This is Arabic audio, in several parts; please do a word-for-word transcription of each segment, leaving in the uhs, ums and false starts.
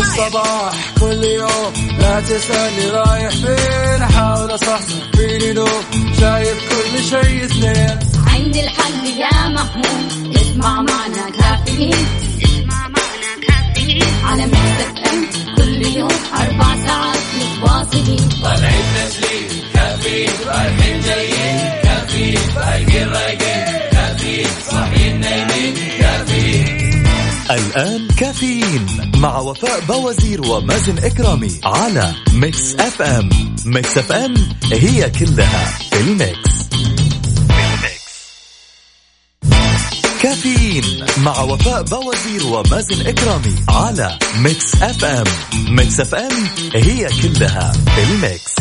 الصباح كل يوم لا تسألني رايح فين أحاول أصحصح فيني لو شايف كل شيء سنين عندي الحل يا محمود اسمع معنا كافيين اسمع معنا كافيين على ميكس اف ام كل يوم أربع ساعات متواصلين طالعين تسليم كافيين رايحين جايين كافيين فايقين رايقين كافيين صاحيين نايمين كافيين. الآن كافيين مع وفاء بوازير ومازن إكرامي على ميكس اف ام. ميكس اف ام هي كلها في الميكس. كافيين مع وفاء بوازير ومازن إكرامي على ميكس اف ام. ميكس اف ام هي كلها في الميكس.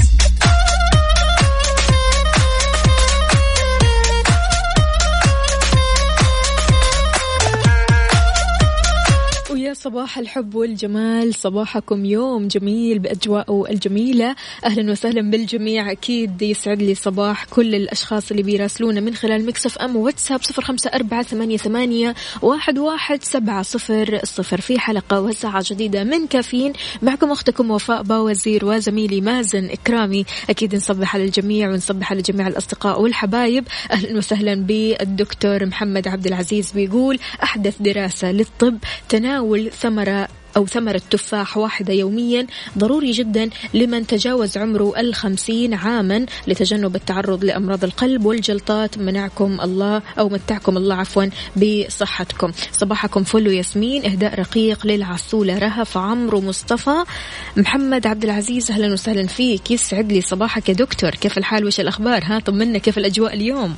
ويا صباح الحب والجمال، صباحكم يوم جميل بأجواءه الجميلة. أهلا وسهلا بالجميع. أكيد يسعد لي صباح كل الأشخاص اللي بيراسلونا من خلال ميكس اف ام واتساب صفر خمسة أربعة ثمانية ثمانية واحد واحد سبعة صفر صفر في حلقة وساعة جديدة من كافيين. معكم أختكم وفاء باوزير وزميلي مازن إكرامي. أكيد نصبح على الجميع ونصبح على جميع الأصدقاء والحبايب. أهلا وسهلا بالدكتور محمد عبد العزيز، بيقول أحدث دراسة للطب تناول ثمرة أو ثمرة تفاح واحدة يوميا ضروري جدا لمن تجاوز عمره الخمسين عاما لتجنب التعرض لأمراض القلب والجلطات. منعكم الله أو متعكم الله عفوا بصحتكم. صباحكم فل وياسمين. إهداء رقيق للعسولة رهف عمرو مصطفى محمد عبد العزيز. أهلا وسهلا فيك، يسعد لي صباحك يا دكتور. كيف الحال وش الأخبار؟ ها طمنا، كيف الأجواء اليوم؟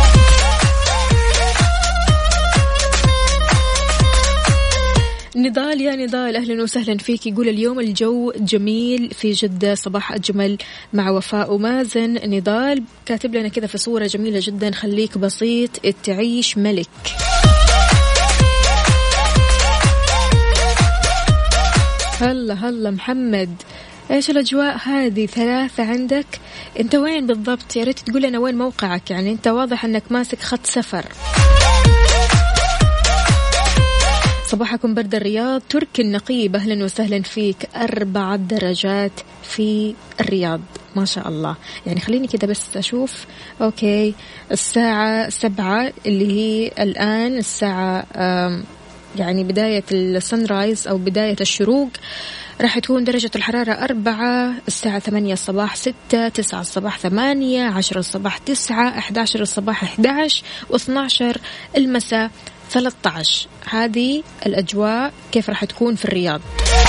نضال يا نضال أهلا وسهلا فيك. يقول اليوم الجو جميل في جدة، صباح أجمل مع وفاء ومازن. نضال كاتب لنا كذا في صورة جميلة جدا، خليك بسيط تعيش ملك. هلا هلا محمد، ايش الأجواء هذه؟ ثلاثة عندك؟ انت وين بالضبط؟ يا ريت تقول لنا وين موقعك، يعني انت واضح انك ماسك خط سفر. صباحكم برد الرياض. تركي النقيب أهلا وسهلا فيك. أربعة درجات في الرياض ما شاء الله. يعني خليني كده بس أشوف. أوكي الساعة سبعة اللي هي الآن الساعة يعني بداية السنرايز أو بداية الشروق، راح تكون درجة الحرارة أربعة. الساعة ثمانية الصباح ستة، تسعة الصباح ثمانية، عشرة الصباح تسعة، أحد عشر الصباح أحد عشر، واثنى عشر المساء ثلاثة عشر. هذه الأجواء كيف راح تكون في الرياض.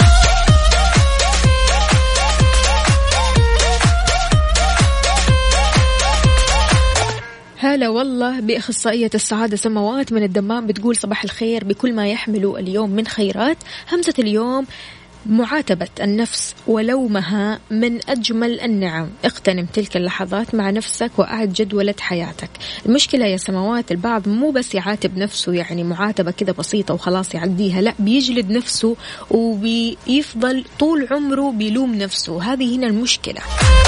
هلا والله بأخصائية السعادة سماوات من الدمام، بتقول صباح الخير بكل ما يحمله اليوم من خيرات. همزة اليوم معاتبة النفس ولومها من أجمل النعم. اغتنم تلك اللحظات مع نفسك وأعد جدولة حياتك. المشكلة يا سماوات البعض مو بس يعاتب نفسه يعني معاتبة كده بسيطة وخلاص يعديها، لا بيجلد نفسه وبيفضل طول عمره بيلوم نفسه. هذه هنا المشكلة.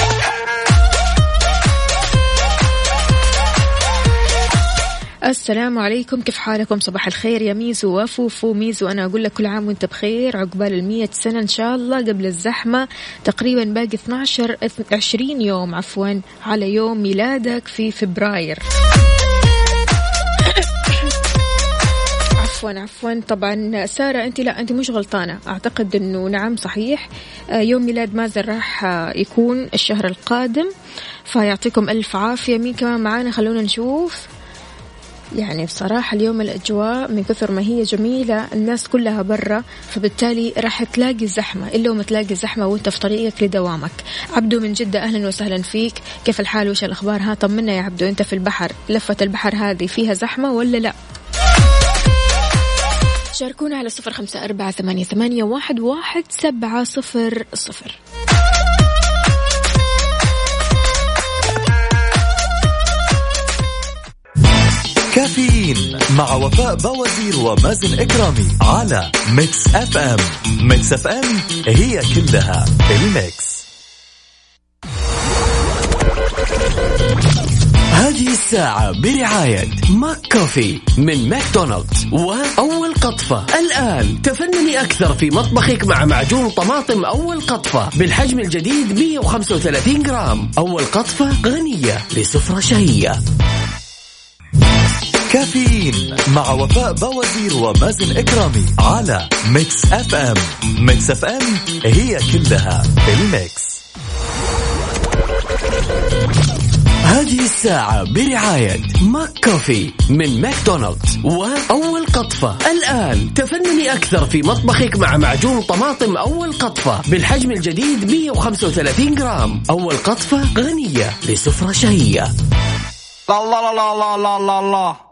السلام عليكم، كيف حالكم؟ صباح الخير يا ميزو وفوفو. ميزو أنا أقول لك كل عام وانت بخير، عقبال المية سنة إن شاء الله قبل الزحمة. تقريبا باقي اثنا عشر عشرين يوم عفوا على يوم ميلادك في فبراير. عفوا عفوا طبعا سارة أنت لا أنت مش غلطانة، أعتقد أنه نعم صحيح يوم ميلاد مازن راح يكون الشهر القادم، فيعطيكم ألف عافية. مين كمان معانا؟ خلونا نشوف. يعني بصراحة اليوم الأجواء من كثر ما هي جميلة الناس كلها برا، فبالتالي راح تلاقي زحمة إلا وما تلاقي زحمة وانت في طريقك لدوامك. عبدو من جدة أهلا وسهلا فيك. كيف الحال وش الأخبار؟ ها طمنا يا عبدو، انت في البحر، لفة البحر هذه فيها زحمة ولا لا؟ شاركونا على صفر خمسة أربعة ثمانية ثمانية واحد واحد سبعة صفر صفر. كافيين مع وفاء بوازير ومازن إكرامي على ميكس اف ام. ميكس اف ام هي كلها الميكس. هذه الساعة برعاية ماك كوفي من ماكدونالدز وأول قطفة. الآن تفنني أكثر في مطبخك مع معجون طماطم أول قطفة بالحجم الجديد مية وخمسة وثلاثين جرام. أول قطفة غنية لسفرة شهية. كافيين مع وفاء بوازير ومازن إكرامي على ميكس اف ام. ميكس اف ام هي كلها الميكس. هذه الساعة برعاية ماك كوفي من ماكدونالدز وأول قطفة. الآن تفنني أكثر في مطبخك مع معجون طماطم أول قطفة بالحجم الجديد مية وخمسة وثلاثين جرام. أول قطفة غنية لسفرة شهية. الله الله الله الله الله الله.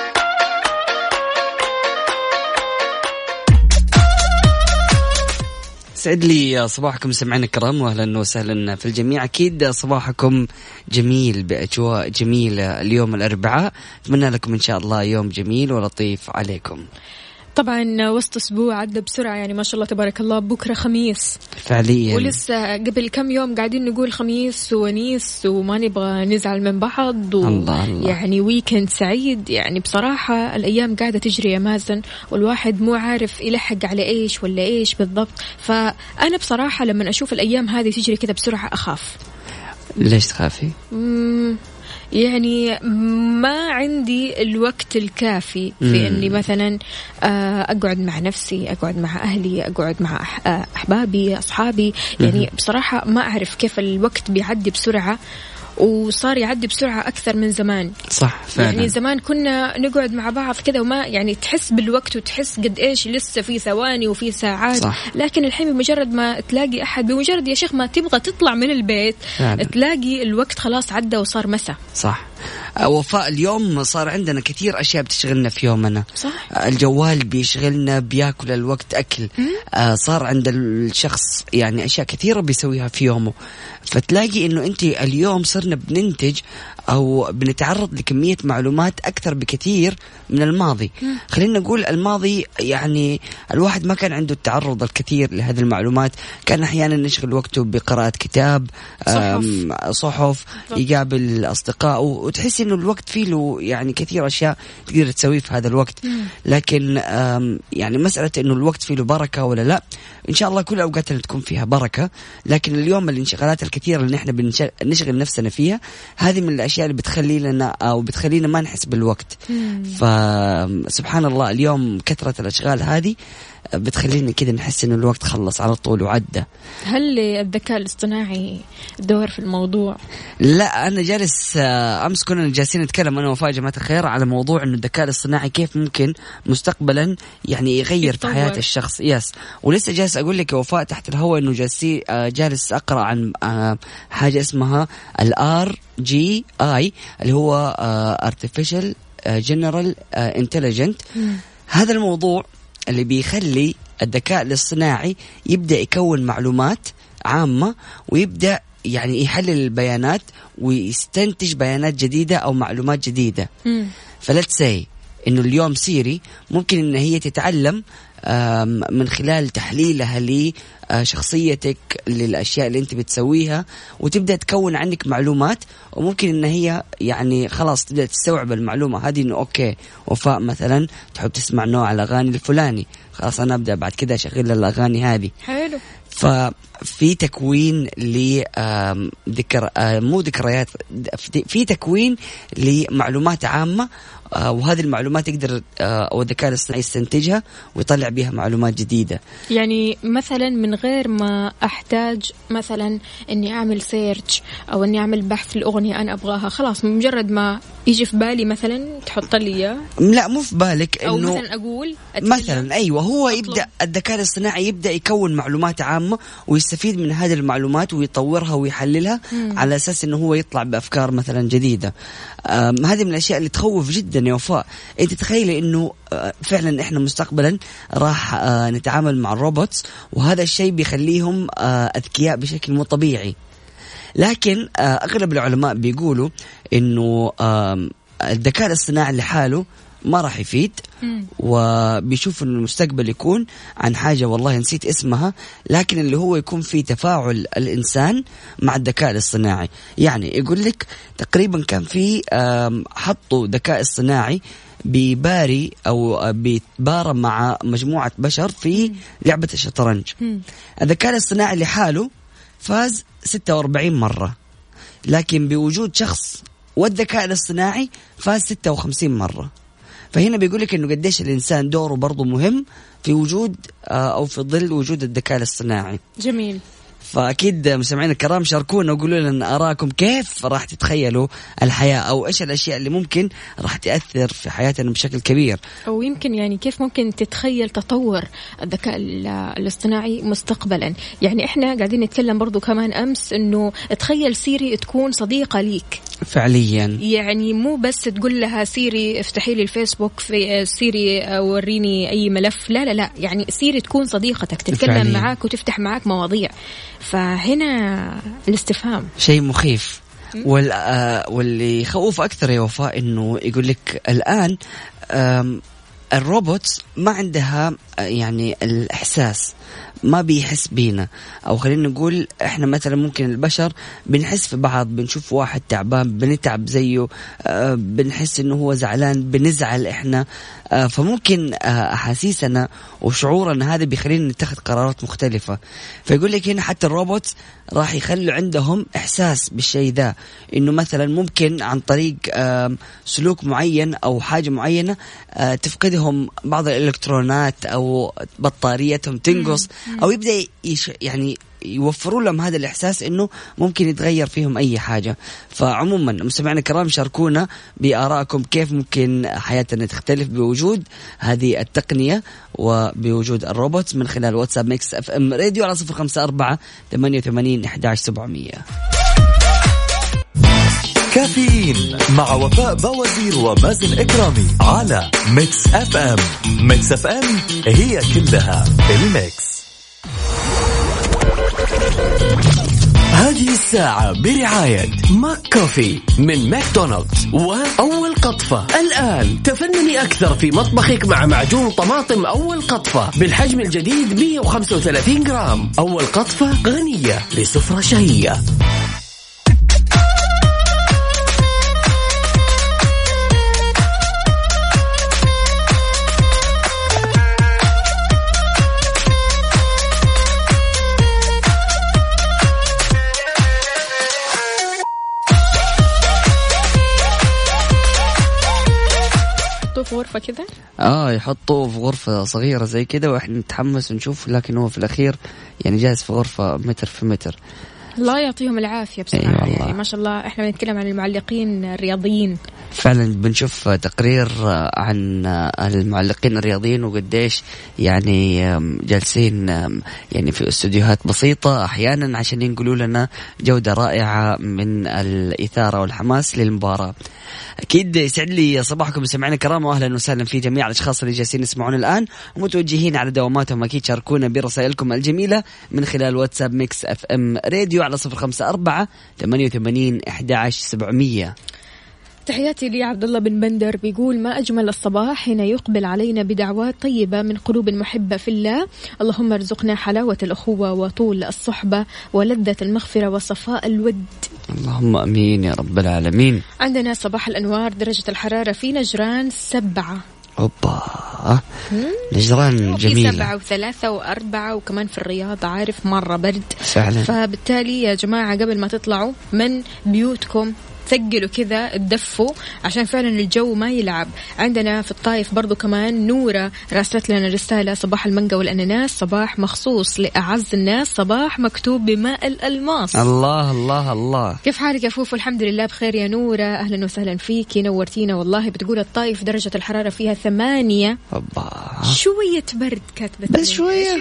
سعد لي صباحكم سمعنا الكرام واهلا وسهلا في الجميع. اكيد صباحكم جميل باجواء جميله اليوم الاربعاء. اتمنى لكم ان شاء الله يوم جميل ولطيف عليكم. طبعا وسط أسبوع عدى بسرعة يعني ما شاء الله تبارك الله. بكرة خميس فعليا ولسه قبل كم يوم قاعدين نقول خميس ونيس وما نبغى نزعل من بعض و... الله الله. يعني ويكند سعيد. يعني بصراحة الأيام قاعدة تجري يا مازن والواحد مو عارف يلحق على إيش ولا إيش بالضبط. فأنا بصراحة لما أشوف الأيام هذه تجري كده بسرعة أخاف. ليش تخافي؟ مم... يعني ما عندي الوقت الكافي في أني مثلا أقعد مع نفسي، أقعد مع أهلي، أقعد مع أحبابي أصحابي. يعني بصراحة ما أعرف كيف الوقت بيعدي بسرعة وصار يعدي بسرعة أكثر من زمان. صح فعلا. يعني زمان كنا نقعد مع بعض كده وما يعني تحس بالوقت وتحس قد إيش لسه في ثواني وفي ساعات. صح. لكن الحين بمجرد ما تلاقي أحد، بمجرد يا شيخ ما تبغى تطلع من البيت فعلا. تلاقي الوقت خلاص عدى وصار مساء. صح. وفاء اليوم صار عندنا كثير أشياء بتشغلنا في يومنا. صح. الجوال بيشغلنا، بياكل الوقت أكل. آه صار عند الشخص يعني أشياء كثيرة بيسويها في يومه. فتلاقي إنه أنت اليوم صرنا بننتج أو بنتعرض لكمية معلومات أكثر بكثير من الماضي. خلينا نقول الماضي يعني الواحد ما كان عنده التعرض الكثير لهذه المعلومات. كان أحيانا نشغل وقته بقراءة كتاب، صحف, صحف يقابل أصدقائه، وتحس إنه الوقت فيه له يعني كثير أشياء تقدر تسويه في هذا الوقت. لكن يعني مسألة إنه الوقت فيه له بركة ولا لا، إن شاء الله كل أوقاتنا تكون فيها بركة. لكن اليوم الانشغالات الكثيرة اللي نحن بنشغل نفسنا فيها هذه من الأشياء اللي بتخلي لنا أو بتخلينا ما نحس بالوقت. فسبحان الله اليوم كثرة الأشغال هذه بتخلينا كده نحس إنه الوقت خلص على طول وعدى. هل الذكاء الاصطناعي دور في الموضوع؟ لا، أنا جالس أمس كنا جالسين نتكلم أنا وفاء جماعة الخير على موضوع إنه الذكاء الاصطناعي كيف ممكن مستقبلا يعني يغير يتطور في حياة الشخص. يس. ولسه جالس أقول لك يا وفاء تحت الهواء إنه جالسي جالس أقرأ عن حاجة اسمها الآر جي آي اللي هو Artificial General Intelligence. هذا الموضوع اللي بيخلي الذكاء الاصطناعي يبدأ يكون معلومات عامة ويبدأ يعني يحلل البيانات ويستنتج بيانات جديدة أو معلومات جديدة. فلا تسي إنه اليوم سيري ممكن إن هي تتعلم من خلال تحليلها لشخصيتك للأشياء اللي أنت بتسويها وتبدأ تكون عندك معلومات. وممكن إن هي يعني خلاص تبدأ تستوعب المعلومة هذه إنه أوكي وفاء مثلا تحب تسمع نوع الأغاني الفلاني، خلاص أنا أبدأ بعد كده أشغل الأغاني هذه. حلو. ففي تكوين لذكر مو ذكريات، في تكوين لمعلومات عامة، وهذه المعلومات يقدر أو الذكاء الاصطناعي يستنتجها ويطلع بها معلومات جديدة. يعني مثلا من غير ما أحتاج مثلا إني أعمل سيرش أو إني أعمل بحث الأغنية أنا أبغاها، خلاص مجرد ما يجي في بالي مثلا تحط لي. لا مو في بالك أو إنه مثلا أقول مثلا أيوة هو أطلب. يبدأ الذكاء الاصطناعي يبدأ يكون معلومات عامة ويستفيد من هذه المعلومات ويطورها ويحللها مم. على أساس إنه هو يطلع بأفكار مثلا جديدة. هذه من الأشياء اللي تخوف جدا يا وفاء. أنت تخيلي إنه فعلا إحنا مستقبلا راح نتعامل مع الروبوتس، وهذا الشيء بيخليهم أذكياء بشكل مو طبيعي. لكن أغلب العلماء بيقولوا إنه الذكاء الاصطناعي لحاله ما راح يفيد، وبيشوف إنه المستقبل يكون عن حاجة والله نسيت اسمها، لكن اللي هو يكون في تفاعل الإنسان مع الذكاء الاصطناعي. يعني يقول لك تقريبا كان في حطوا ذكاء اصطناعي بباري أو بيتبارى مع مجموعة بشر في لعبة الشطرنج. الذكاء الاصطناعي لحاله فاز ستة وأربعين مرة، لكن بوجود شخص والذكاء الاصطناعي فاز ستة وخمسين مرة. فهنا بيقولك إنه قديش الإنسان دوره برضو مهم في وجود أو في ظل وجود الذكاء الاصطناعي. جميل. فأكيد مستمعين الكرام شاركونا وقولوا لنا أراكم كيف راح تتخيلوا الحياة، أو إيش الأشياء اللي ممكن راح تأثر في حياتنا بشكل كبير، أو يمكن يعني كيف ممكن تتخيل تطور الذكاء الاصطناعي مستقبلا. يعني إحنا قاعدين نتكلم برضو كمان أمس إنه تخيل سيري تكون صديقة ليك فعليا، يعني مو بس تقول لها سيري افتحي لي الفيسبوك، في سيري وريني أي ملف، لا لا لا، يعني سيري تكون صديقتك تتكلم فعليا معاك وتفتح معاك مواضيع. فهنا الاستفهام شيء مخيف. وال واللي يخوف أكثر يا وفاء إنه يقول لك الآن الروبوت ما عندها يعني الإحساس، ما بيحس بينا، أو خلينا نقول إحنا مثلا ممكن البشر بنحس في بعض، بنشوف واحد تعبان بنتعب زيه، بنحس إنه هو زعلان بنزعل إحنا، فممكن أحاسيسنا وشعورنا هذا بيخلينا نتخذ قرارات مختلفة. فيقول لك هنا حتى الروبوت راح يخلوا عندهم إحساس بالشيء ذا، إنه مثلا ممكن عن طريق سلوك معين أو حاجة معينة تفقدهم بعض الإلكترونات أو بطاريتهم تنقص، أو يبدأ يش يعني يوفروا لهم هذا الإحساس إنه ممكن يتغير فيهم أي حاجة. فعموما مستمعينا الكرام شاركونا بآرائكم كيف ممكن حياتنا تختلف بوجود هذه التقنية وبوجود الروبوت من خلال واتساب ميكس اف ام راديو على صفر خمسة أربعة ثمانية وثمانين أحد عشر سبعمية. كافيين مع وفاء بوازير ومازن إكرامي على ميكس اف ام. ميكس اف ام هي كلها الميكس. هذه الساعة برعاية ماك كوفي من ماكدونالدز وأول قطفة. الآن تفنني أكثر في مطبخك مع معجون طماطم أول قطفة بالحجم الجديد مئة وخمسة وثلاثين جرام. أول قطفة غنية لسفرة شهية. في غرفة كذا اه يحطوه في غرفة صغيرة زي كده واحنا نتحمس ونشوف، لكن هو في الأخير يعني جالس في غرفة متر في متر. الله يعطيهم العافية بصراحة. أيوة يعني ما شاء الله. احنا بنتكلم عن المعلقين الرياضيين، فعلا بنشوف تقرير عن المعلقين الرياضيين وقديش يعني جالسين يعني في استوديوهات بسيطة أحيانا عشان ينقلوا لنا جودة رائعة من الإثارة والحماس للمباراة. أكيد يسعد لي صباحكم سمعنا كرامة، وأهلا وسهلا في جميع الأشخاص اللي جالسين يسمعون الآن ومتوجهين على دواماتهم. أكيد شاركونا برسائلكم الجميلة من خلال واتساب ميكس اف ام راديو على صفر خمسة أربعة ثمانية وثمانين أحد عشر سبعمية. تحياتي لي عبد الله بن بندر، بيقول ما أجمل الصباح حين يقبل علينا بدعوات طيبة من قلوب محبة في الله. اللهم ارزقنا حلاوة الأخوة وطول الصحبة ولذة المغفرة وصفاء الود. اللهم أمين يا رب العالمين. عندنا صباح الأنوار، درجة الحرارة في نجران سبعة. أوبا نجران جميلة. في سبعة وثلاثة وأربعة، وكمان في الرياض عارف مرة برد فعلا. فبالتالي يا جماعة قبل ما تطلعوا من بيوتكم ثقلوا كذا تدفوا عشان فعلا الجو ما يلعب. عندنا في الطايف برضو كمان نورة راسلت لنا رسالة، صباح المانجا والأناناس، صباح مخصوص لأعز الناس، صباح مكتوب بماء الألماس. الله الله الله. كيف حالك يا فوفو؟ الحمد لله بخير يا نورة، أهلا وسهلا فيكي، نورتينا والله. بتقول الطايف درجة الحرارة فيها ثمانية. أبا. شوية برد كاتبة بس شوية.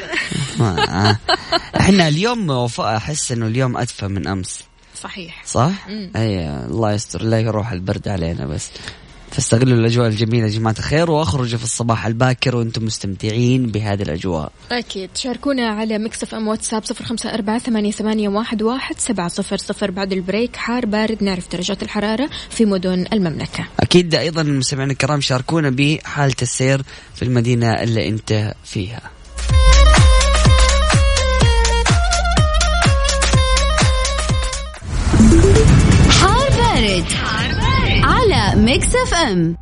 احنا اليوم وفاء أحس إنه اليوم أدفى من أمس. صحيح صح؟ أي الله يستر لا يروح البرد علينا بس. فاستغلوا الأجواء الجميلة يا جماعة الخير واخرجوا في الصباح الباكر وانتم مستمتعين بهذه الأجواء. أكيد شاركونا على ميكس اف ام واتساب صفر خمسة أربعة ثمانية ثمانية واحد واحد سبعة صفر صفر. بعد البريك حار بارد نعرف درجات الحرارة في مدن المملكة. أكيد أيضا مستمعينا الكرام شاركونا بحالة السير في المدينة اللي أنت فيها. حار بارد على ميكس اف ام.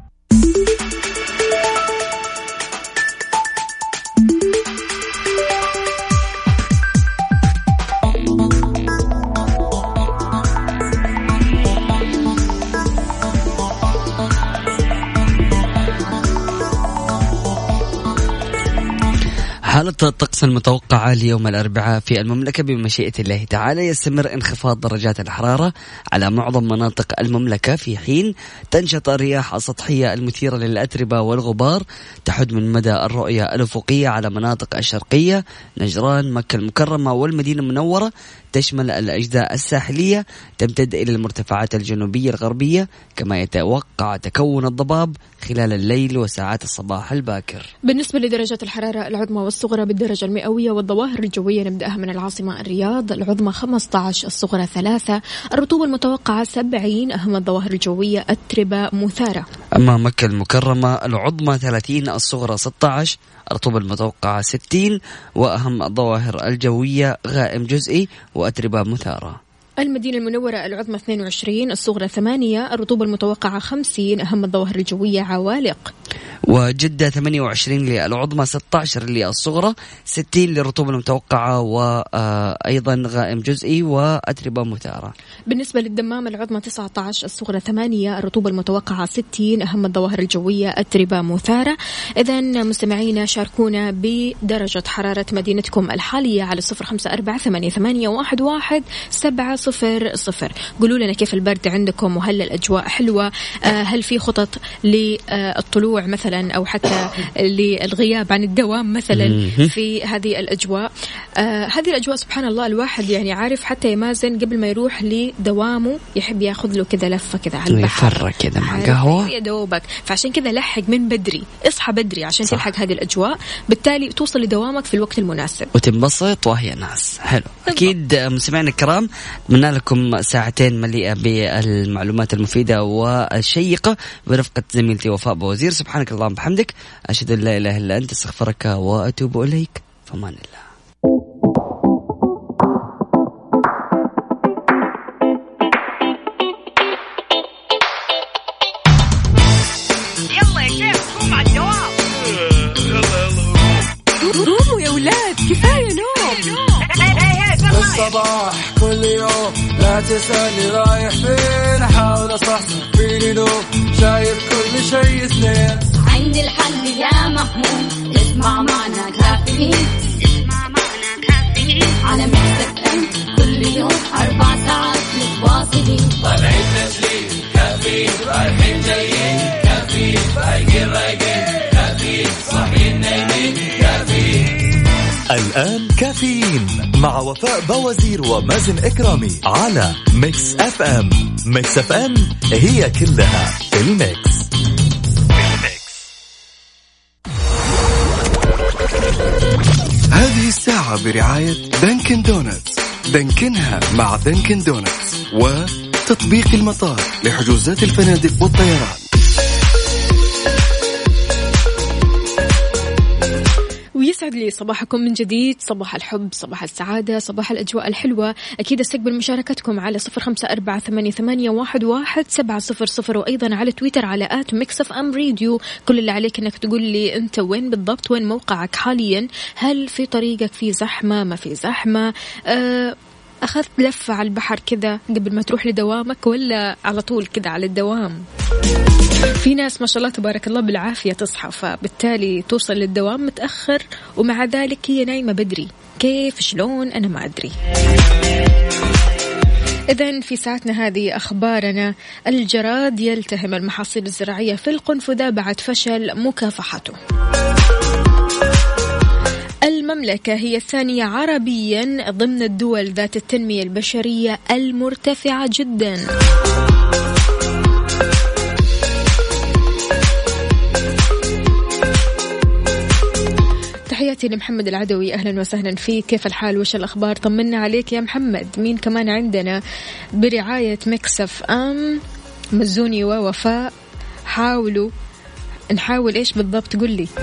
حالة الطقس المتوقعة ليوم الأربعاء في المملكة بمشيئة الله تعالى يستمر انخفاض درجات الحرارة على معظم مناطق المملكة، في حين تنشط الرياح السطحية المثيرة للأتربة والغبار تحد من مدى الرؤية الأفقية على مناطق الشرقية، نجران، مكة المكرمة والمدينة المنورة، تشمل الأجزاء الساحلية، تمتد إلى المرتفعات الجنوبية الغربية، كما يتوقع تكون الضباب خلال الليل وساعات الصباح الباكر. بالنسبة لدرجات الحرارة العظمى والصغرى بالدرجة المئوية والظواهر الجوية نبدأها من العاصمة الرياض، العظمى خمسة عشر الصغرى ثلاثة، الرطوبة المتوقعة سبعين، أهم الظواهر الجوية أتربة مثارة. أما مكة المكرمة العظمى ثلاثين الصغرى ستة عشر، الرطوبة المتوقعة ستين، وأهم الظواهر الجوية غائم جزئي وأتربة مثارة. المدينة المنورة العظمى اثنين وعشرين الصغرى ثمانية، الرطوبة المتوقعة خمسين، أهم الظواهر الجوية عوالق. وجدة ثمانية وعشرين للعظمى ستة عشر للصغرى، ستين للرطوبة المتوقعة وأيضا غائم جزئي وأتربة مثارة. بالنسبة للدمام العظمى تسعة عشر الصغرى ثمانية، الرطوبة المتوقعة ستين، أهم الظواهر الجوية أتربة مثارة. إذن مستمعينا شاركونا بدرجة حرارة مدينتكم الحالية على صفر خمسة أربعة ثمانية ثمانية واحد واحد سبعة صفر صفر. قولوا لنا كيف البرد عندكم وهل الأجواء حلوة؟ هل في خطط للطلوع مثلا أو حتى للغياب عن الدوام مثلا في هذه الأجواء؟ آه هذه الأجواء سبحان الله الواحد يعني عارف حتى يمازن قبل ما يروح لدوامه يحب ياخذ له كذا لفة كذا على البحر كذا مع قهوة يا دوبك، فعشان كذا لحق من بدري، اصحى بدري عشان صح. تلحق هذه الأجواء، بالتالي توصل لدوامك في الوقت المناسب وتنبسط وهي ناس حلو. أكيد مستمعينا الكرام أتمنى لكم ساعتين مليئة بالمعلومات المفيدة والشيقة برفقة زميلتي وفاء بوزير. سبحانك اللهم وبحمدك، أشهد أن لا إله إلا أنت، استغفرك وأتوب إليك، فمان الله. يلا يا كيف قوم على الدوام. قوموا يا ولاد كفاية نوم. الصباح كل يوم لا تسألني رايح فين، أحاول أصحصح فيني نوم، شايف كل شيء اثنين. عندي الحل يا محمود، اسمع معنا كافيين، اسمع معنا كافيين على ميكس اف ام كل يوم أربع ساعات متواصلين. طالعين تسليم كافيين، رايحين جايين كافيين، فايقين رايقين كافيين، صاحيين نايمين كافيين. الآن كافيين مع وفاء بوزير ومازن إكرامي على ميكس اف ام. ميكس اف ام هي كلها في الميكس. هذه الساعة برعاية دانكن دونتس، دانكنها مع دانكن دونتس، وتطبيق المطار لحجوزات الفنادق والطيران. ويسعد لي صباحكم من جديد، صباح الحب، صباح السعادة، صباح الأجواء الحلوة. أكيد استقبل مشاركتكم على صفر خمسة أربعة ثمانية ثمانية واحد واحد سبعة صفر صفر، وأيضا على تويتر على آت ميكس أف أم راديو. كل اللي عليك أنك تقول لي أنت وين بالضبط، وين موقعك حاليا، هل في طريقك في زحمة ما في زحمة، أه أخذت لفة على البحر كذا قبل ما تروح لدوامك ولا على طول كذا على الدوام؟ في ناس ما شاء الله تبارك الله بالعافية تصحى فبالتالي توصل للدوام متأخر ومع ذلك هي نايمة بدري. كيف شلون أنا ما أدري. إذن في ساعتنا هذه أخبارنا: الجراد يلتهم المحاصيل الزراعية في القنفذة بعد فشل مكافحته. المملكة هي الثانية عربيا ضمن الدول ذات التنمية البشرية المرتفعة جدا. تحياتي لمحمد العدوي، أهلا وسهلا فيك، كيف الحال وش الأخبار؟ طمنا عليك يا محمد. مين كمان عندنا برعاية مكسف أم مزوني ووفاء؟ حاولوا نحاول إيش بالضبط قل لي.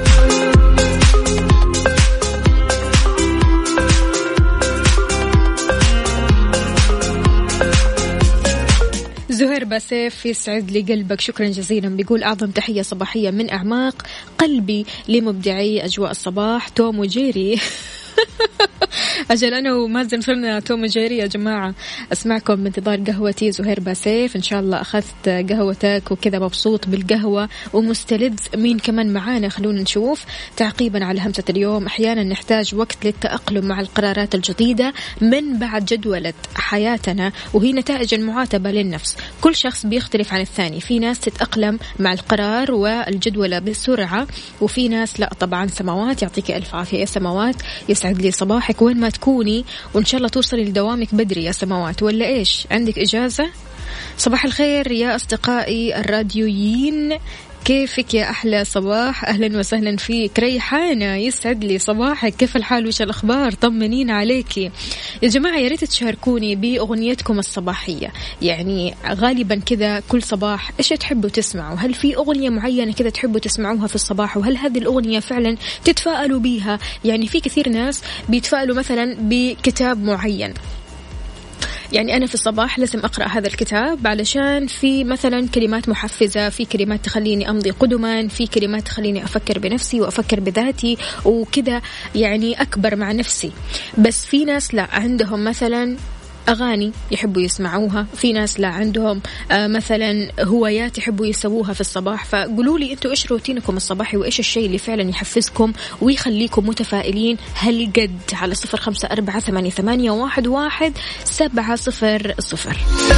زهير باسيف يسعد لي قلبك، شكرا جزيلا. بيقول أعظم تحية صباحية من أعماق قلبي لمبدعي أجواء الصباح توم وجيري. أجل أنا ومازن صرنا توم وجيري يا جماعة. أسمعكم بانتظار قهوتي. زهير باسيف إن شاء الله أخذت قهوتك وكذا مبسوط بالقهوة ومستلذ. مين كمان معانا؟ خلونا نشوف. تعقيبا على همسة اليوم، أحيانا نحتاج وقت للتأقلم مع القرارات الجديدة من بعد جدولة حياتنا، وهي نتائج المعاتبة للنفس. كل شخص بيختلف عن الثاني، في ناس تتأقلم مع القرار والجدولة بسرعة، وفي ناس لا. طبعا سماوات يعطيك ألف عافية يا سماوات، يسعد لي صباحك وين ما تكوني، وإن شاء الله توصلي لدوامك بدري يا سماوات، ولا إيش عندك إجازة؟ صباح الخير يا أصدقائي الراديويين، كيفك يا أحلى صباح؟ أهلا وسهلا فيك. ريحانة يسعد لي صباحك، كيف الحال وش الأخبار؟ طمنين عليكي يا جماعة. يا ريت تشاركوني بأغنيتكم الصباحية، يعني غالبا كذا كل صباح إيش تحبوا تسمعوا؟ هل في أغنية معينة كذا تحبوا تسمعوها في الصباح؟ وهل هذه الأغنية فعلا تتفائلوا بيها؟ يعني في كثير ناس بيتفائلوا مثلا بكتاب معين، يعني أنا في الصباح لازم أقرأ هذا الكتاب علشان في مثلا كلمات محفزة، في كلمات تخليني أمضي قدما، في كلمات تخليني أفكر بنفسي وأفكر بذاتي وكذا، يعني أكبر مع نفسي. بس في ناس لا، عندهم مثلا أغاني يحبوا يسمعوها، في ناس لا عندهم آه مثلا هوايات يحبوا يسووها في الصباح. فقولوا لي أنتوا إيش روتينكم الصباحي، وإيش الشيء اللي فعلا يحفزكم ويخليكم متفائلين؟ هل قد على صفر خمسة أربعة ثمانية ثمانية واحد واحد سبعة صفر صفر.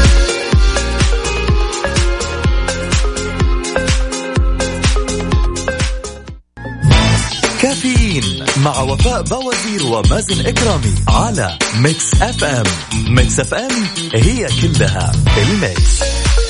كافيين مع وفاء بوازير ومازن إكرامي على ميكس أف أم. ميكس أف أم هي كلها الميكس.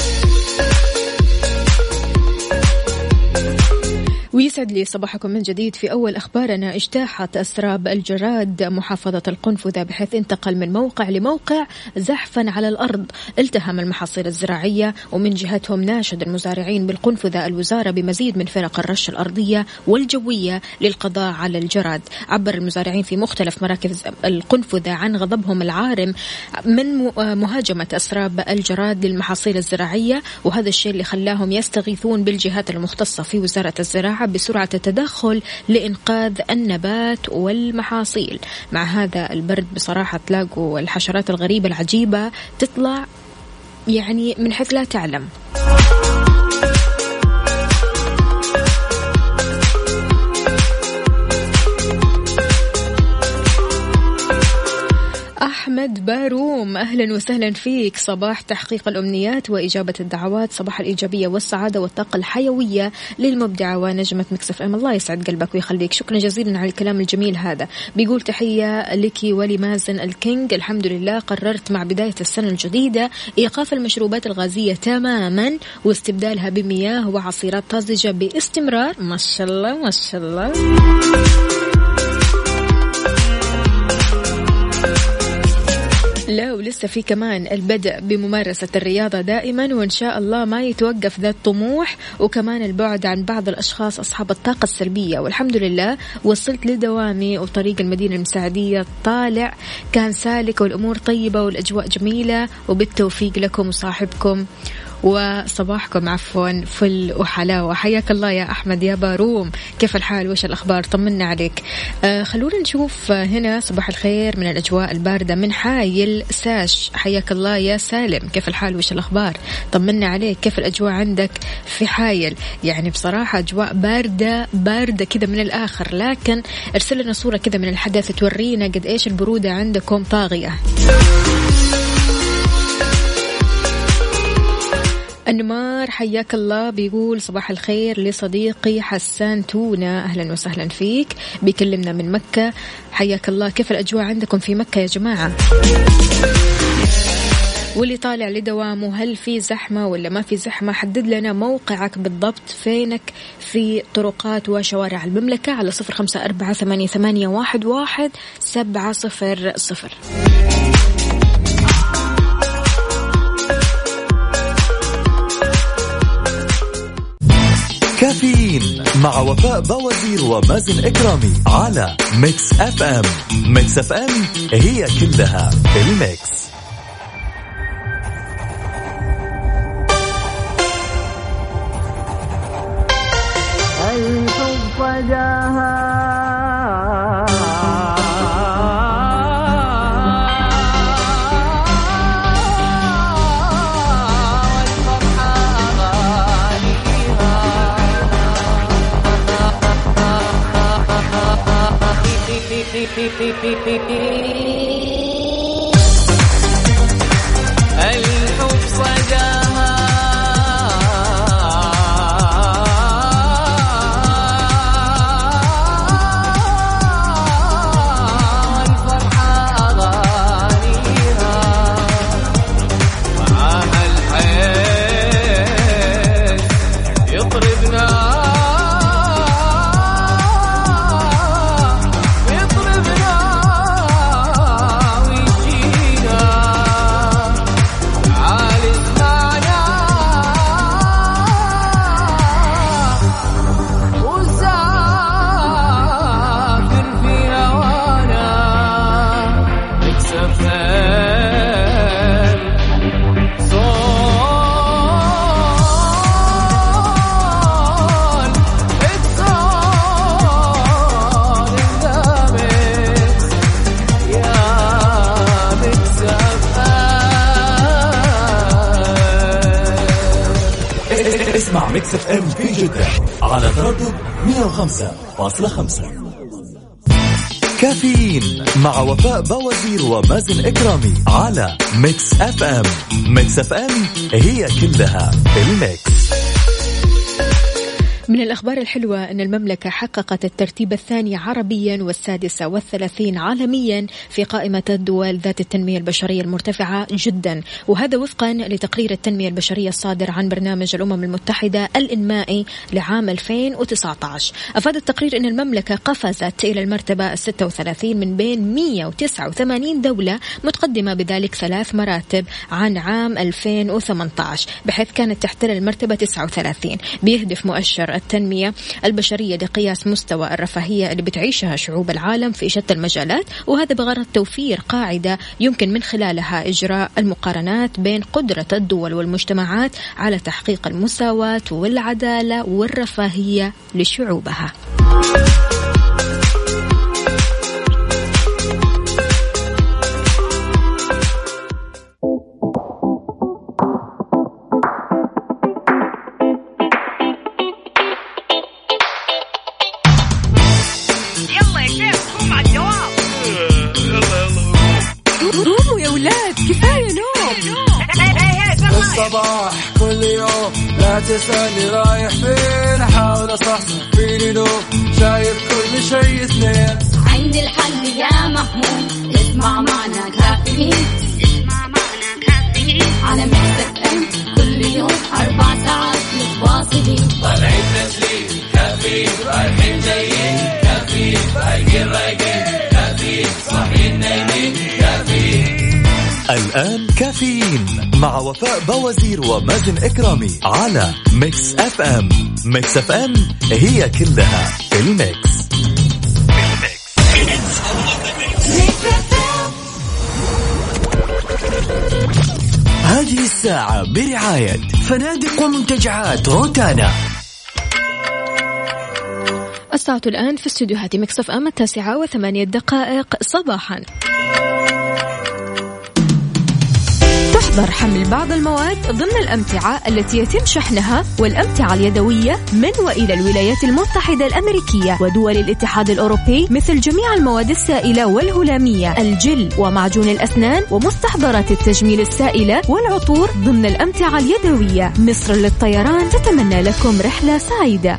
ويسعد لي صباحكم من جديد. في أول أخبارنا، اجتاحت أسراب الجراد محافظة القنفذة بحيث انتقل من موقع لموقع زحفا على الأرض، التهم المحاصيل الزراعية. ومن جهتهم ناشد المزارعين بالقنفذة الوزارة بمزيد من فرق الرش الأرضية والجوية للقضاء على الجراد. عبر المزارعين في مختلف مراكز القنفذة عن غضبهم العارم من مهاجمة أسراب الجراد للمحاصيل الزراعية، وهذا الشيء اللي خلاهم يستغيثون بالجهات المختصة في وزارة الزراعة بسرعة التدخل لإنقاذ النبات والمحاصيل. مع هذا البرد بصراحة تلاقوا الحشرات الغريبة العجيبة تطلع يعني من حيث لا تعلم. أحمد باروم أهلا وسهلا فيك. صباح تحقيق الأمنيات وإجابة الدعوات، صباح الإيجابية والسعادة والطاقة الحيوية للمبدعة ونجمة مكسف أم. الله يسعد قلبك ويخليك، شكرا جزيلا على الكلام الجميل هذا. بيقول تحية لك ولمازن الكينج. الحمد لله قررت مع بداية السنة الجديدة إيقاف المشروبات الغازية تماما واستبدالها بمياه وعصيرات طازجة باستمرار. ما شاء الله ما شاء الله. لا ولسه في كمان البدء بممارسة الرياضة دائما، وإن شاء الله ما يتوقف ذا الطموح، وكمان البعد عن بعض الأشخاص أصحاب الطاقة السلبية. والحمد لله وصلت لدوامي وطريق المدينة المساعدية طالع كان سالك والأمور طيبة والأجواء جميلة، وبالتوفيق لكم وصاحبكم وصباحكم عفوا فل وحلاوة. حياك الله يا أحمد يا باروم، كيف الحال وش الأخبار؟ طمنا عليك. آه خلونا نشوف هنا صباح الخير من الأجواء الباردة من حايل ساش. حياك الله يا سالم، كيف الحال وش الأخبار؟ طمنا عليك، كيف الأجواء عندك في حايل؟ يعني بصراحة أجواء باردة باردة كذا من الآخر، لكن ارسل لنا صورة كذا من الحدث تورينا قد إيش البرودة عندكم طاغية. أنمار حياك الله بيقول صباح الخير لصديقي حسان تونا، أهلا وسهلا فيك، بيكلمنا من مكة. حياك الله، كيف الأجواء عندكم في مكة يا جماعة؟ واللي طالع لدوامه هل في زحمة ولا ما في زحمة؟ حدد لنا موقعك بالضبط، فينك في طرقات وشوارع المملكة على صفر خمسة أربعة ثمانية ثمانية واحد واحد سبعة صفر صفر. كافيين مع وفاء بوازير ومازن إكرامي على ميكس اف ام. ميكس اف ام هي كلها الميكس. الحب فجاها الحب صداها والفرحة أغانيها معاها الحيس يطربنا اسمع ميكس اف ام في جدة على تردد مية وخمسة فاصلة خمسة. كافيين مع وفاء بوازير ومازن إكرامي على ميكس اف ام. ميكس اف ام هي كلها الميكس. من الأخبار الحلوة أن المملكة حققت الترتيب الثاني عربيا والسادسة والثلاثين عالميا في قائمة الدول ذات التنمية البشرية المرتفعة جدا، وهذا وفقا لتقرير التنمية البشرية الصادر عن برنامج الأمم المتحدة الإنمائي لعام ألفين وتسعة عشر. أفاد التقرير أن المملكة قفزت إلى المرتبة الستة وثلاثين من بين مية وتسعة وثمانين دولة، متقدمة بذلك ثلاث مراتب عن عام ألفين وثمانية عشر، بحيث كانت تحتل المرتبة تسعة وثلاثين. بيهدف مؤشر التنمية البشرية لقياس مستوى الرفاهية اللي بتعيشها شعوب العالم في شتى المجالات، وهذا بغرض توفير قاعدة يمكن من خلالها إجراء المقارنات بين قدرة الدول والمجتمعات على تحقيق المساواة والعدالة والرفاهية لشعوبها. الصباح كل يوم لا تسألني رايح فين، أحاول أصحصح فيني نوم شايف كل شيء اثنين. عندي الحل يا محمود، اسمع معنا كافيين، اسمع معنا كافيين على ميكس اف ام كل يوم أربع ساعات متواصلين. طالعين تسليم كافيين، رايحين جايين كافيين، رايقين رايقين كافيين، صاحيين نايمين كافيين. الآن كافيين مع وفاء بوازير ومازن إكرامي على ميكس اف ام. ميكس اف ام هي كلها الميكس. هذه الساعة برعاية فنادق ومنتجعات روتانا. الساعة الآن في استديوهات ميكس اف ام التاسعة وثمانية دقائق صباحا. تحظر حمل بعض المواد ضمن الأمتعة التي يتم شحنها والأمتعة اليدوية من وإلى الولايات المتحدة الأمريكية ودول الاتحاد الأوروبي، مثل جميع المواد السائلة والهلامية، الجل ومعجون الأسنان ومستحضرات التجميل السائلة والعطور ضمن الأمتعة اليدوية. مصر للطيران تتمنى لكم رحلة سعيدة.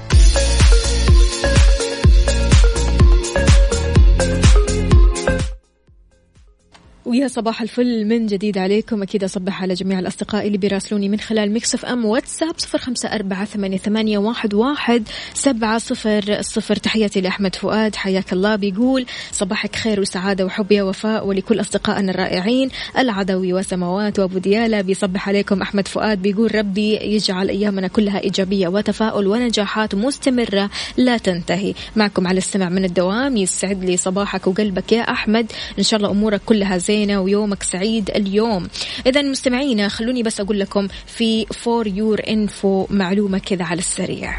ويا صباح الفل من جديد عليكم. أكيد أصبح على جميع الأصدقاء اللي بيراسلوني من خلال ميكس اف ام واتساب صفر خمسة أربعة ثمانية ثمانية واحد واحد سبعة صفر صفر. تحياتي لأحمد فؤاد، حياك الله. بيقول صباحك خير وسعادة وحب يا وفاء ولكل أصدقائنا الرائعين العدوي وسماوات وأبو ديالة. بيصبح عليكم أحمد فؤاد، بيقول ربي يجعل أيامنا كلها إيجابية وتفاؤل ونجاحات مستمرة لا تنتهي. معكم على السمع من الدوام. يسعد لي صباحك وقلبك يا أحمد، إن شاء الله أمورك كلها زينة ويومك سعيد اليوم. إذا مستمعينا خلوني بس أقول لكم في فور يور إنفو معلومة كذا على السريع.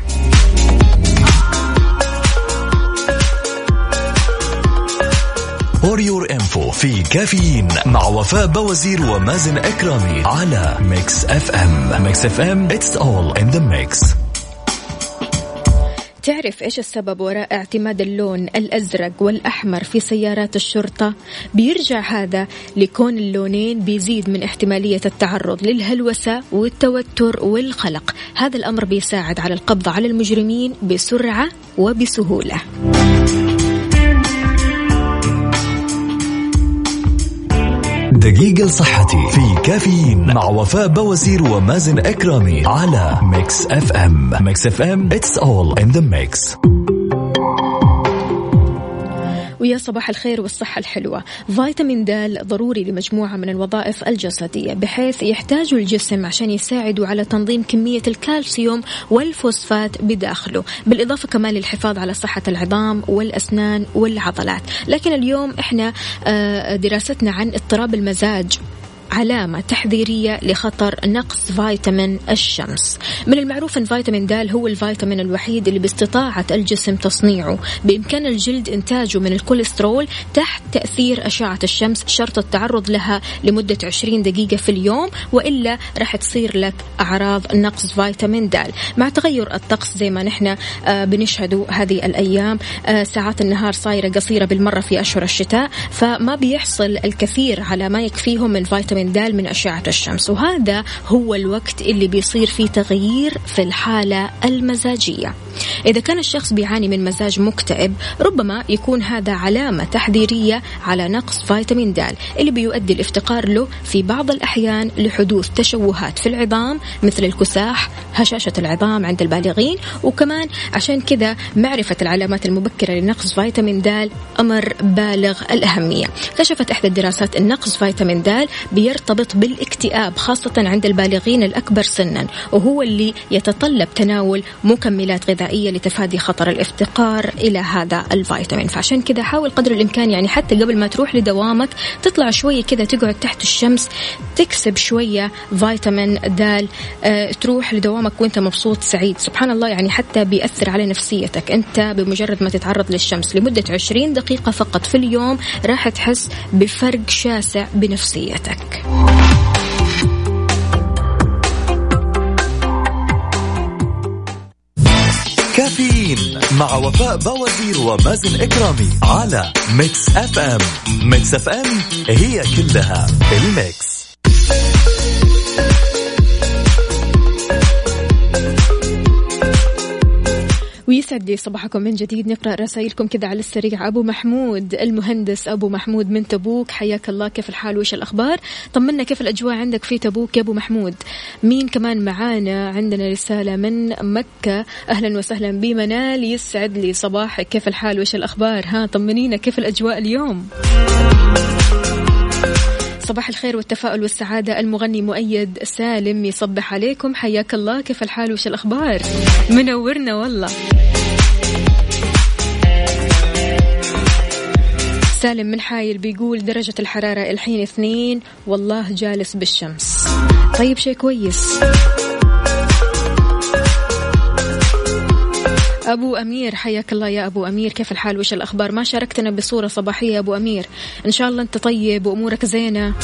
فور يور إنفو في كافيين مع وفاء بوزير ومازن إكرامي على ميكس اف ام. ميكس اف ام it's all in the mix. تعرف إيش السبب وراء اعتماد اللون الأزرق والأحمر في سيارات الشرطة؟ بيرجع هذا لكون اللونين بيزيد من احتمالية التعرض للهلوسة والتوتر والقلق. هذا الأمر بيساعد على القبض على المجرمين بسرعة وبسهولة. دقيقة صحتي في كافيين مع وفاء بوزير ومازن إكرامي على ميكس اف ام. ميكس اف ام it's all in the mix. ويا صباح الخير والصحة الحلوة. فيتامين د ضروري لمجموعة من الوظائف الجسدية بحيث يحتاج الجسم عشان يساعدوا على تنظيم كمية الكالسيوم والفوسفات بداخله، بالإضافة كمان للحفاظ على صحة العظام والأسنان والعضلات. لكن اليوم إحنا دراستنا عن اضطراب المزاج علامة تحذيرية لخطر نقص فيتامين الشمس. من المعروف أن فيتامين د هو الفيتامين الوحيد اللي باستطاعة الجسم تصنيعه. بإمكان الجلد إنتاجه من الكوليسترول تحت تأثير أشعة الشمس، شرط التعرض لها لمدة عشرين دقيقة في اليوم، وإلا راح تصير لك أعراض نقص فيتامين د. مع تغير الطقس زي ما نحن بنشهده هذه الأيام، ساعات النهار صايرة قصيرة بالمرة في أشهر الشتاء، فما بيحصل الكثير على ما يكفيهم من فيتامين د من أشعة الشمس، وهذا هو الوقت اللي بيصير فيه تغيير في الحالة المزاجية. إذا كان الشخص بيعاني من مزاج مكتئب، ربما يكون هذا علامة تحذيرية على نقص فيتامين د اللي بيؤدي الافتقار له في بعض الأحيان لحدوث تشوهات في العظام مثل الكساح، هشاشة العظام عند البالغين. وكمان عشان كذا معرفة العلامات المبكرة لنقص فيتامين د أمر بالغ الأهمية. كشفت إحدى الدراسات أن نقص فيتامين د بيرتبط بالاكتئاب خاصة عند البالغين الأكبر سنا، وهو اللي يتطلب تناول مكملات غذائية لتفادي خطر الافتقار إلى هذا الفيتامين. فعشان كذا حاول قدر الإمكان يعني حتى قبل ما تروح لدوامك تطلع شوية كذا، تقعد تحت الشمس، تكسب شوية فيتامين د، أه تروح لدوامك وانت مبسوط سعيد. سبحان الله، يعني حتى بيأثر على نفسيتك. انت بمجرد ما تتعرض للشمس لمدة عشرين دقيقة فقط في اليوم راح تحس بفرق شاسع بنفسيتك. كافيين مع وفاء بوزير ومازن إكرامي على ميكس اف ام. ميكس اف ام هي كلها الميكس. ويسعد لي صباحكم من جديد. نقرأ رسائلكم كذا على السريع. أبو محمود المهندس أبو محمود من تبوك، حياك الله، كيف الحال وإيش الأخبار؟ طمنا كيف الأجواء عندك في تبوك يا أبو محمود. مين كمان معانا؟ عندنا رسالة من مكة، أهلا وسهلا بمنال، يسعد لي صباحك، كيف الحال وإيش الأخبار؟ ها طمنينا كيف الأجواء اليوم؟ صباح الخير والتفاؤل والسعادة. المغني مؤيد سالم يصبح عليكم، حياك الله، كيف الحال وش الأخبار؟ منورنا والله. سالم من حايل بيقول درجة الحرارة الحين اثنين، والله جالس بالشمس. طيب شيء كويس. أبو أمير حياك الله يا أبو أمير، كيف الحال وش الأخبار؟ ما شاركتنا بصورة صباحية يا أبو أمير، إن شاء الله أنت طيب وأمورك زينة.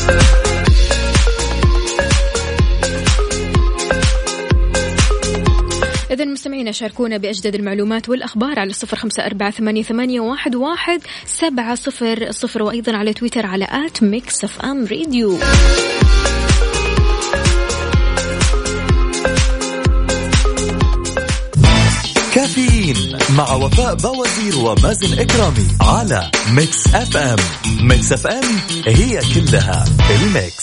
إذن مستمعينا شاركونا بأجدد المعلومات والأخبار على صفر خمسة أربعة ثمانية ثمانية واحد واحد سبعة صفر صفر، وأيضا على تويتر على آت ميكس أف أم راديو. كافيين مع وفاء بوازير ومازن إكرامي على ميكس اف ام. ميكس اف ام هي كلها الميكس.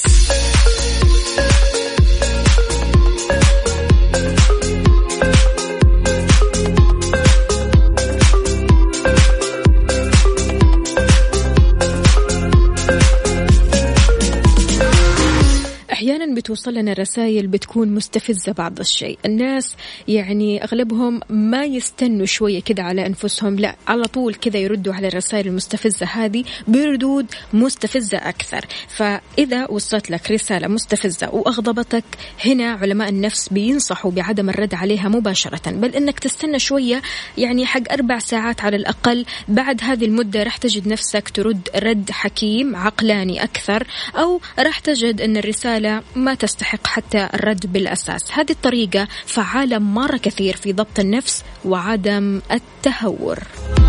أحيانا بتوصل لنا رسائل بتكون مستفزة بعض الشيء. الناس يعني أغلبهم ما يستنوا شوية كده على أنفسهم، لا على طول كده يردوا على الرسائل المستفزة هذه بردود مستفزة أكثر. فإذا وصلت لك رسالة مستفزة وأغضبتك، هنا علماء النفس بينصحوا بعدم الرد عليها مباشرة، بل إنك تستنى شوية، يعني حق أربع ساعات على الأقل. بعد هذه المدة راح تجد نفسك ترد رد حكيم عقلاني أكثر، أو راح تجد أن الرسالة ما تستحق حتى الرد بالأساس. هذه الطريقة فعالة مرة كثير في ضبط النفس وعدم التهور.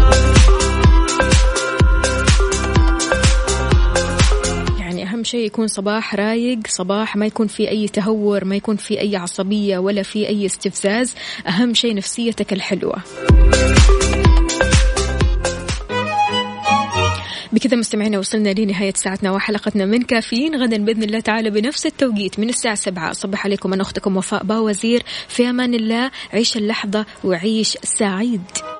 يعني أهم شيء يكون صباح رايق، صباح ما يكون في أي تهور، ما يكون في أي عصبية ولا في أي استفزاز. أهم شيء نفسيتك الحلوة. بكذا مستمعينا وصلنا لنهاية ساعتنا وحلقتنا من كافيين. غدا بإذن الله تعالى بنفس التوقيت من الساعة سبعة. صبح عليكم أنا أختكم وفاء باوزير. في أمان الله. عيش اللحظة وعيش سعيد.